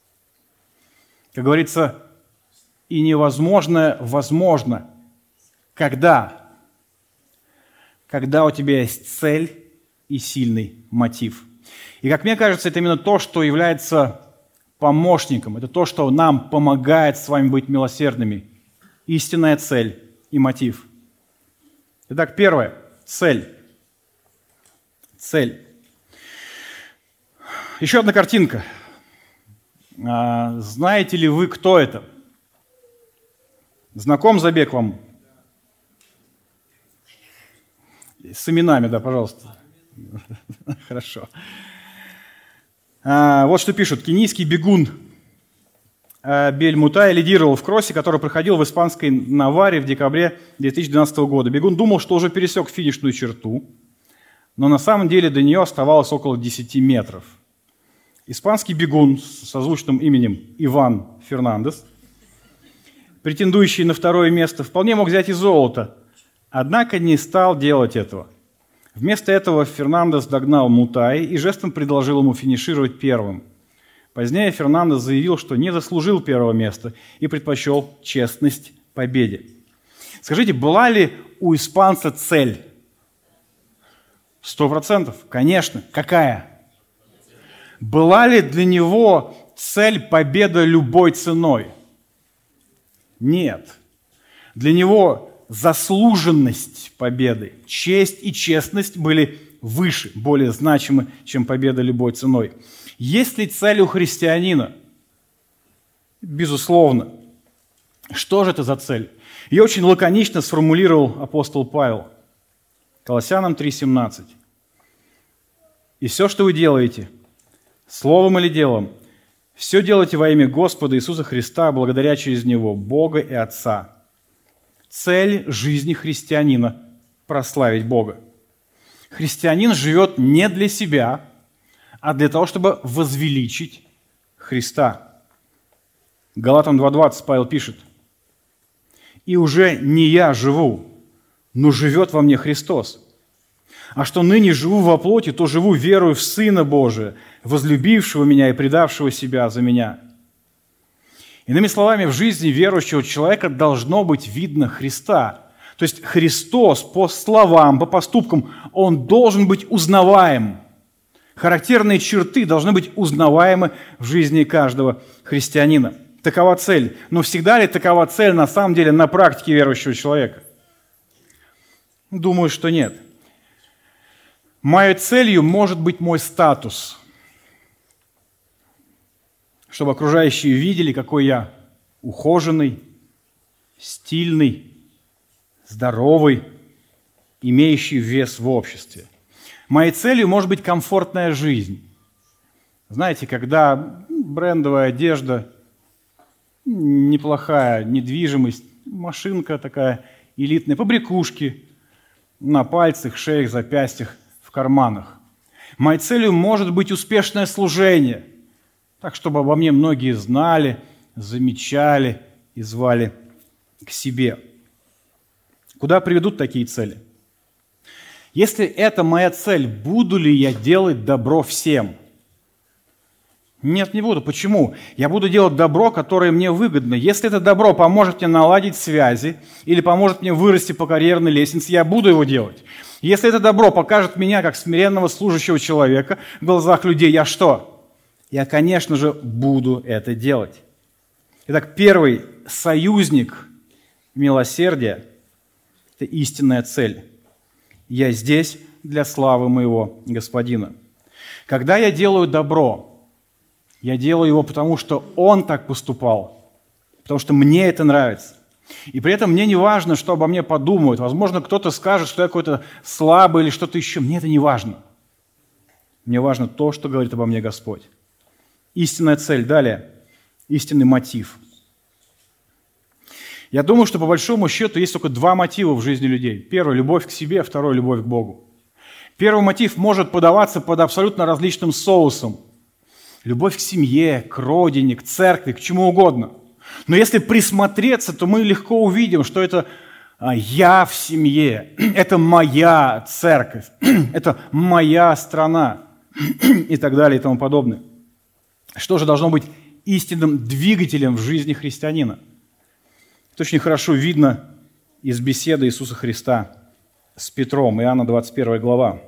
Как говорится, и невозможное возможно. Когда? когда у тебя есть цель и сильный мотив. И, как мне кажется, это именно то, что является помощником. Это то, что нам помогает с вами быть милосердными. Истинная цель и мотив. Итак, первое. Цель. Цель. Еще одна картинка. А, знаете ли вы, кто это? Знаком забег вам? С именами, да, пожалуйста. Хорошо. А, вот что пишут. Кенийский бегун Бель-Мутай лидировал в кроссе, который проходил в испанской Наваре в декабре две тысячи двенадцатого года. Бегун думал, что уже пересек финишную черту, но на самом деле до нее оставалось около десяти метров. Испанский бегун с созвучным именем Иван Фернандес, претендующий на второе место, вполне мог взять и золото, однако не стал делать этого. Вместо этого Фернандес догнал Мутай и жестом предложил ему финишировать первым. Позднее Фернандес заявил, что не заслужил первого места и предпочел честность победе. Скажите, была ли у испанца цель? Сто процентов. Конечно. Какая? Была ли для него цель победа любой ценой? Нет. Для него заслуженность победы, честь и честность были выше, более значимы, чем победа любой ценой. Есть ли цель у христианина? Безусловно. Что же это за цель? Ее очень лаконично сформулировал апостол Павел. Колоссянам три семнадцать. «И все, что вы делаете, словом или делом, все делайте во имя Господа Иисуса Христа, благодаря через Него Бога и Отца». Цель жизни христианина – прославить Бога. Христианин живет не для себя, а для того, чтобы возвеличить Христа. Галатам два двадцать Павел пишет: «И уже не я живу, но живет во мне Христос. А что ныне живу во плоти, то живу верою в Сына Божия, возлюбившего меня и предавшего себя за меня». Иными словами, в жизни верующего человека должно быть видно Христа. То есть Христос по словам, по поступкам, Он должен быть узнаваем. Характерные черты должны быть узнаваемы в жизни каждого христианина. Такова цель. Но всегда ли такова цель на самом деле на практике верующего человека? Думаю, что нет. Моей целью может быть мой статус, чтобы окружающие видели, какой я ухоженный, стильный, здоровый, имеющий вес в обществе. Моей целью может быть комфортная жизнь. Знаете, когда брендовая одежда, неплохая недвижимость, машинка такая элитная, побрякушки на пальцах, шеях, запястьях, в карманах. Моей целью может быть успешное служение, так, чтобы обо мне многие знали, замечали и звали к себе. Куда приведут такие цели? Если это моя цель, буду ли я делать добро всем? Нет, не буду. Почему? Я буду делать добро, которое мне выгодно. Если это добро поможет мне наладить связи или поможет мне вырасти по карьерной лестнице, я буду его делать. Если это добро покажет меня как смиренного служащего человека в глазах людей, я что? Я, конечно же, буду это делать. Итак, первый союзник милосердия – это истинная цель. Я здесь для славы моего Господина. Когда я делаю добро, я делаю его потому, что Он так поступал, потому что мне это нравится. И при этом мне не важно, что обо мне подумают. Возможно, кто-то скажет, что я какой-то слабый или что-то еще. Мне это не важно. Мне важно то, что говорит обо мне Господь. Истинная цель. Далее. Истинный мотив. Я думаю, что по большому счету есть только два мотива в жизни людей. Первый – любовь к себе, второй – любовь к Богу. Первый мотив может подаваться под абсолютно различным соусом. Любовь к семье, к родине, к церкви, к чему угодно. Но если присмотреться, то мы легко увидим, что это я в семье, это моя церковь, это моя страна и так далее и тому подобное. Что же должно быть истинным двигателем в жизни христианина? Это очень хорошо видно из беседы Иисуса Христа с Петром, Иоанна двадцать первая глава.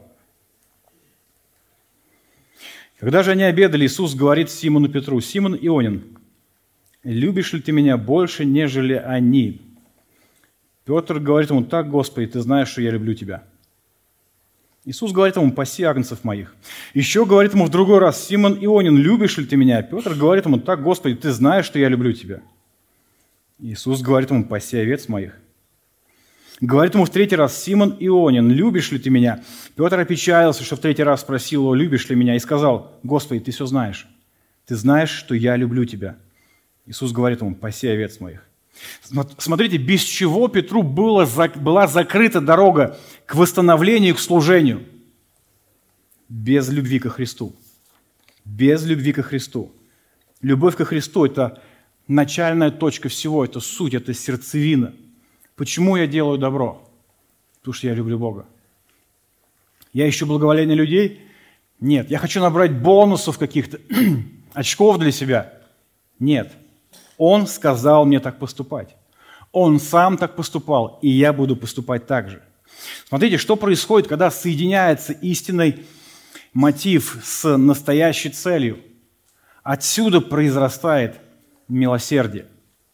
Когда же они обедали, Иисус говорит Симону Петру: «Симон Ионин, любишь ли ты меня больше, нежели они?» Петр говорит ему: «Так, Господи, ты знаешь, что я люблю тебя». Иисус говорит ему: «Паси агнцев моих». Еще говорит ему в другой раз: «Симон Ионин, любишь ли ты меня?» Петр говорит ему: «Так, Господи, ты знаешь, что я люблю тебя». Иисус говорит ему: «Паси овец моих». Говорит ему в третий раз: «Симон Ионин, любишь ли ты меня?» Петр опечалился, что в третий раз спросил его: «Любишь ли меня?» И сказал: «Господи, ты все знаешь. Ты знаешь, что я люблю тебя». Иисус говорит ему: «Паси овец моих». Смотрите, без чего Петру было, была закрыта дорога к восстановлению, к служению. Без любви ко Христу. Без любви ко Христу. Любовь ко Христу – это начальная точка всего, это суть, это сердцевина. Почему я делаю добро? Потому что я люблю Бога. Я ищу благоволения людей? Нет. Я хочу набрать бонусов каких-то, очков для себя? Нет. Он сказал мне так поступать. Он сам так поступал, и я буду поступать так же. Смотрите, что происходит, когда соединяется истинный мотив с настоящей целью. Отсюда произрастает милосердие.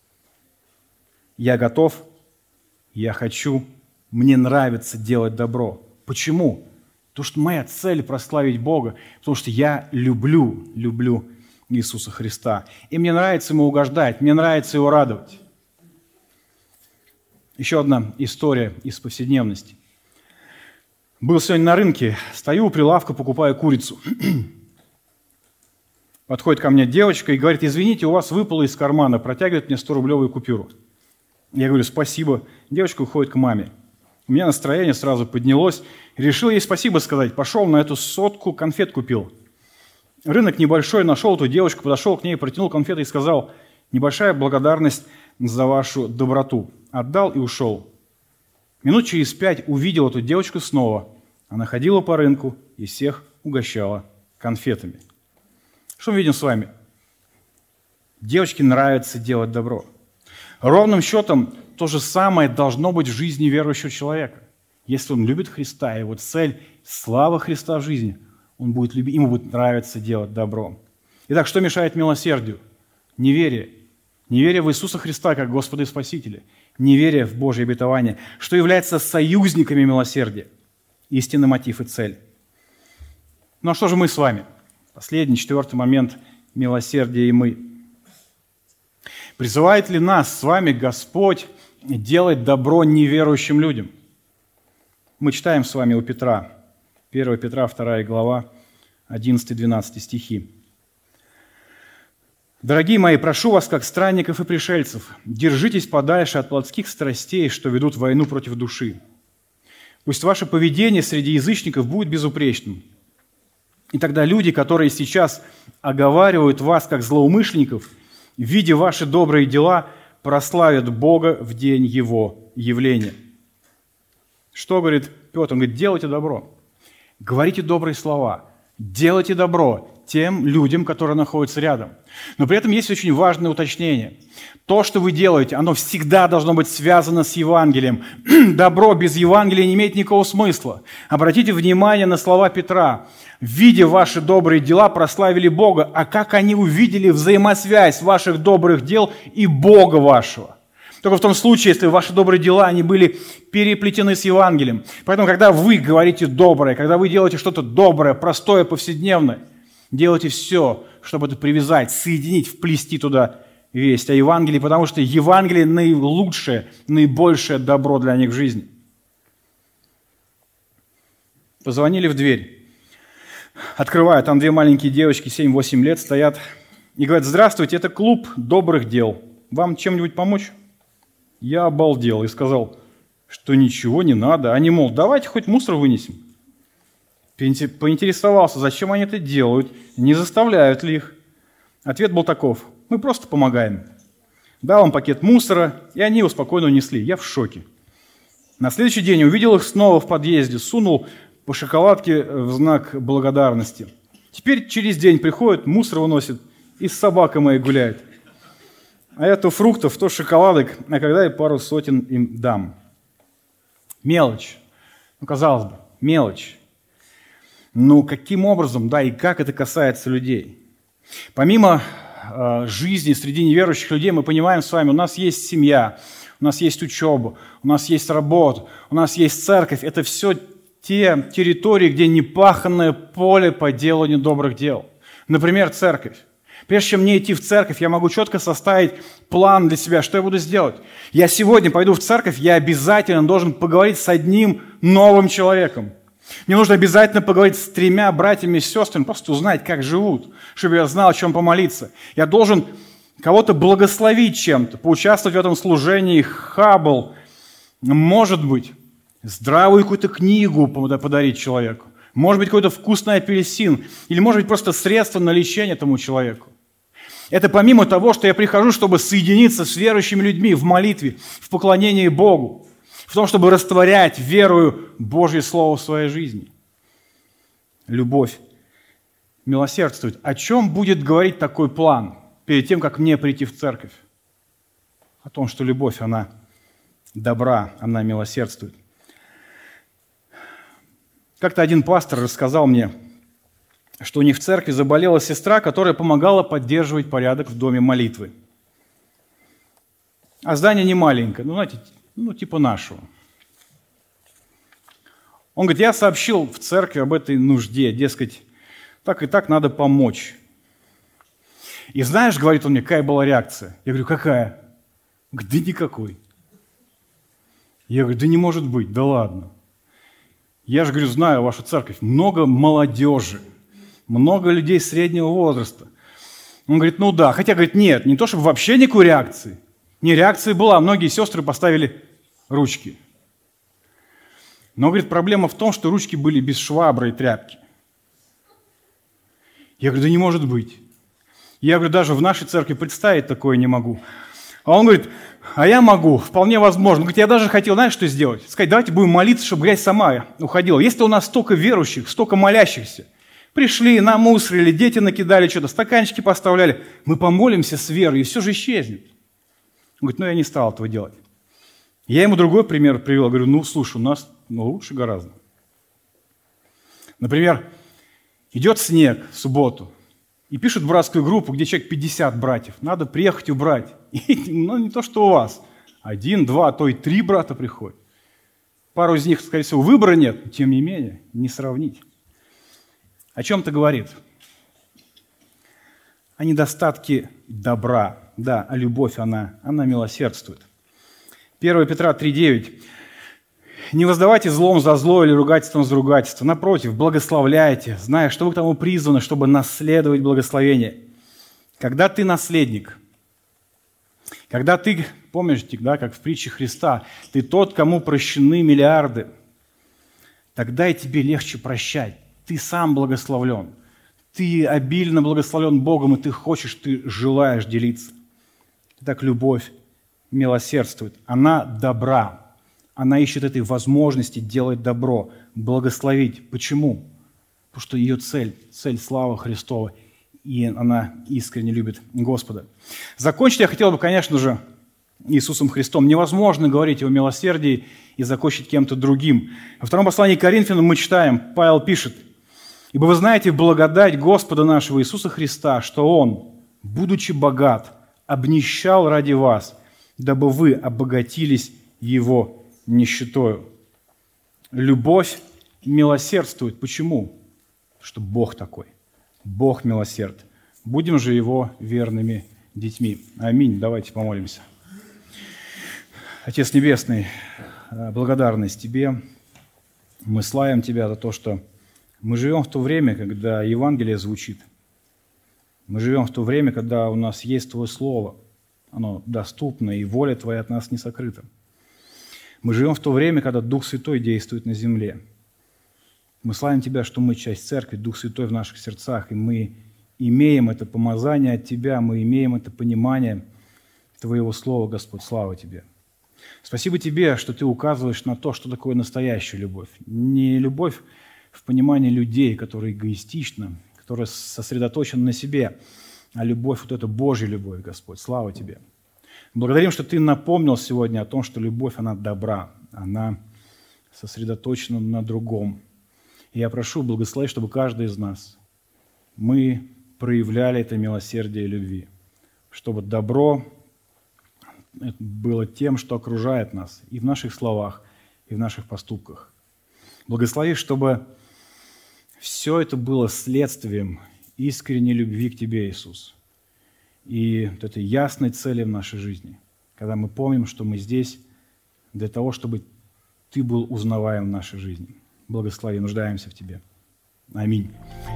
Я готов, я хочу, мне нравится делать добро. Почему? Потому что моя цель – прославить Бога, потому что я люблю, люблю Иисуса Христа. И мне нравится Ему угождать, мне нравится Его радовать. Еще одна история из повседневности. Был сегодня на рынке, стою у прилавка, покупаю курицу. Подходит ко мне девочка и говорит: «Извините, у вас выпало из кармана», протягивает мне сто-рублевую купюру. Я говорю: «Спасибо». Девочка уходит к маме. У меня настроение сразу поднялось. Решил ей спасибо сказать. Пошел на эту сотку конфет купил. Рынок небольшой, нашел эту девочку, подошел к ней, протянул конфеты и сказал: «Небольшая благодарность за вашу доброту». Отдал и ушел. Минут через пять увидел эту девочку снова. Она ходила по рынку и всех угощала конфетами. Что мы видим с вами? Девочке нравится делать добро. Ровным счетом то же самое должно быть в жизни верующего человека. Если он любит Христа, его цель – слава Христа в жизни, он будет любить, ему будет нравиться делать добро. Итак, что мешает милосердию? Неверие. Неверие в Иисуса Христа как Господа и Спасителя. Неверие в Божье обетование, что является союзниками милосердия. Истинный мотив и цель. Ну а что же мы с вами? Последний, четвертый момент – милосердие и мы. Призывает ли нас с вами Господь делать добро неверующим людям? Мы читаем с вами у Петра, первое Петра, вторая глава, одиннадцатый-двенадцатый стихи. «Дорогие мои, прошу вас, как странников и пришельцев, держитесь подальше от плотских страстей, что ведут войну против души. Пусть ваше поведение среди язычников будет безупречным. И тогда люди, которые сейчас оговаривают вас как злоумышленников, видя ваши добрые дела, прославят Бога в день Его явления». Что говорит Петр? Он говорит: делайте добро, говорите добрые слова, делайте добро тем людям, которые находятся рядом. Но при этом есть очень важное уточнение. То, что вы делаете, оно всегда должно быть связано с Евангелием. Добро без Евангелия не имеет никакого смысла. Обратите внимание на слова Петра. «Видя ваши добрые дела, прославили Бога». А как они увидели взаимосвязь ваших добрых дел и Бога вашего? Только в том случае, если ваши добрые дела, они были переплетены с Евангелием. Поэтому, когда вы говорите доброе, когда вы делаете что-то доброе, простое, повседневное, делайте все, чтобы это привязать, соединить, вплести туда весть о Евангелии, потому что Евангелие – наилучшее, наибольшее добро для них в жизни. Позвонили в дверь. Открывают, там две маленькие девочки, семь-восемь лет, стоят и говорят: «Здравствуйте, это клуб добрых дел. Вам чем-нибудь помочь?» Я обалдел и сказал, что ничего не надо. Они, мол, давайте хоть мусор вынесем. Поинтересовался, зачем они это делают, не заставляют ли их. Ответ был таков: мы просто помогаем. Дал им пакет мусора, и они его спокойно унесли. Я в шоке. На следующий день увидел их снова в подъезде, сунул по шоколадке в знак благодарности. Теперь через день приходят, мусор выносят и с собакой моей гуляют. А я то фруктов, то шоколадок, а когда я пару сотен им дам. Мелочь. Ну, казалось бы, мелочь. Но каким образом, да, и как это касается людей? Помимо э, жизни среди неверующих людей, мы понимаем с вами, у нас есть семья, у нас есть учеба, у нас есть работа, у нас есть церковь. Это все те территории, где непаханное поле по деланию добрых дел. Например, церковь. Прежде чем мне идти в церковь, я могу четко составить план для себя, что я буду сделать. Я сегодня пойду в церковь, я обязательно должен поговорить с одним новым человеком. Мне нужно обязательно поговорить с тремя братьями и сестрами, просто узнать, как живут, чтобы я знал, о чем помолиться. Я должен кого-то благословить чем-то, поучаствовать в этом служении, хаббл, может быть, здравую какую-то книгу подарить человеку, может быть, какой-то вкусный апельсин, или, может быть, просто средство на лечение этому человеку. Это помимо того, что я прихожу, чтобы соединиться с верующими людьми в молитве, в поклонении Богу, в том, чтобы растворять верою Божье Слово в своей жизни. Любовь милосердствует. О чем будет говорить такой план перед тем, как мне прийти в церковь? О том, что любовь, она добра, она милосердствует. Как-то один пастор рассказал мне, что у них в церкви заболела сестра, которая помогала поддерживать порядок в доме молитвы. А здание не маленькое, ну, знаете, ну, типа нашего. Он говорит, я сообщил в церкви об этой нужде, дескать, так и так надо помочь. И знаешь, говорит он мне, какая была реакция? Я говорю, какая? Говорит, да никакой. Я говорю, да не может быть, да ладно. Я же, говорю, знаю вашу церковь, много молодежи, много людей среднего возраста. Он говорит, ну да, хотя, говорит, нет, не то чтобы вообще никакой реакции. Не, реакция была, многие сестры поставили ручки. Но, говорит, проблема в том, что ручки были без швабры и тряпки. Я говорю, да не может быть. Я говорю, даже в нашей церкви представить такое не могу. А он говорит, а я могу, вполне возможно. Он говорит, я даже хотел, знаешь, что сделать? Сказать, давайте будем молиться, чтобы грязь сама уходила. Если у нас столько верующих, столько молящихся, пришли, намусорили, дети накидали что-то, стаканчики поставляли, мы помолимся с верой, и все же исчезнет. Он говорит, ну я не стал этого делать. Я ему другой пример привел, говорю, ну слушай, у нас ну, лучше гораздо. Например, идет снег в субботу, и пишут в братскую группу, где человек пятьдесят братьев, надо приехать убрать. И, ну не то, что у вас, один, два, а то и три брата приходят. Пару из них, скорее всего, выбора нет, но тем не менее, не сравнить. О чем это говорит? О недостатке добра. Да, а любовь, она, она милосердствует. первое Петра три девять. «Не воздавайте злом за зло или ругательством за ругательство. Напротив, благословляйте, зная, что вы к тому призваны, чтобы наследовать благословение». Когда ты наследник, когда ты, помнишь, да, как в притче Христа, ты тот, кому прощены миллиарды, тогда и тебе легче прощать. Ты сам благословлен. Ты обильно благословлен Богом, и ты хочешь, ты желаешь делиться. Итак, любовь милосердствует. Она добра. Она ищет этой возможности делать добро, благословить. Почему? Потому что ее цель, цель славы Христова, и она искренне любит Господа. Закончить я хотел бы, конечно же, Иисусом Христом. Невозможно говорить о милосердии и закончить кем-то другим. Во втором послании к Коринфянам мы читаем, Павел пишет, «Ибо вы знаете благодать Господа нашего Иисуса Христа, что Он, будучи богат, обнищал ради вас, дабы вы обогатились Его нищетою». Любовь милосердствует. Почему? Потому что Бог такой. Бог милосерд. Будем же Его верными детьми. Аминь. Давайте помолимся. Отец Небесный, благодарность Тебе. Мы славим Тебя за то, что мы живем в то время, когда Евангелие звучит. Мы живем в то время, когда у нас есть Твое Слово. Оно доступно, и воля Твоя от нас не сокрыта. Мы живем в то время, когда Дух Святой действует на земле. Мы славим Тебя, что мы часть Церкви, Дух Святой в наших сердцах, и мы имеем это помазание от Тебя, мы имеем это понимание Твоего Слова, Господь, слава Тебе. Спасибо Тебе, что Ты указываешь на то, что такое настоящая любовь. Не любовь в понимании людей, которые эгоистичны, которые сосредоточены на себе, а любовь, вот эта Божья любовь, Господь, слава Тебе. Благодарим, что Ты напомнил сегодня о том, что любовь, она добра, она сосредоточено на другом. И я прошу, благослови, чтобы каждый из нас, мы проявляли это милосердие и любви, чтобы добро было тем, что окружает нас и в наших словах, и в наших поступках. Благослови, чтобы все это было следствием искренней любви к Тебе, Иисус, и вот этой ясной цели в нашей жизни, когда мы помним, что мы здесь для того, чтобы Ты был узнаваем в нашей жизни. Благослови, нуждаемся в Тебе. Аминь.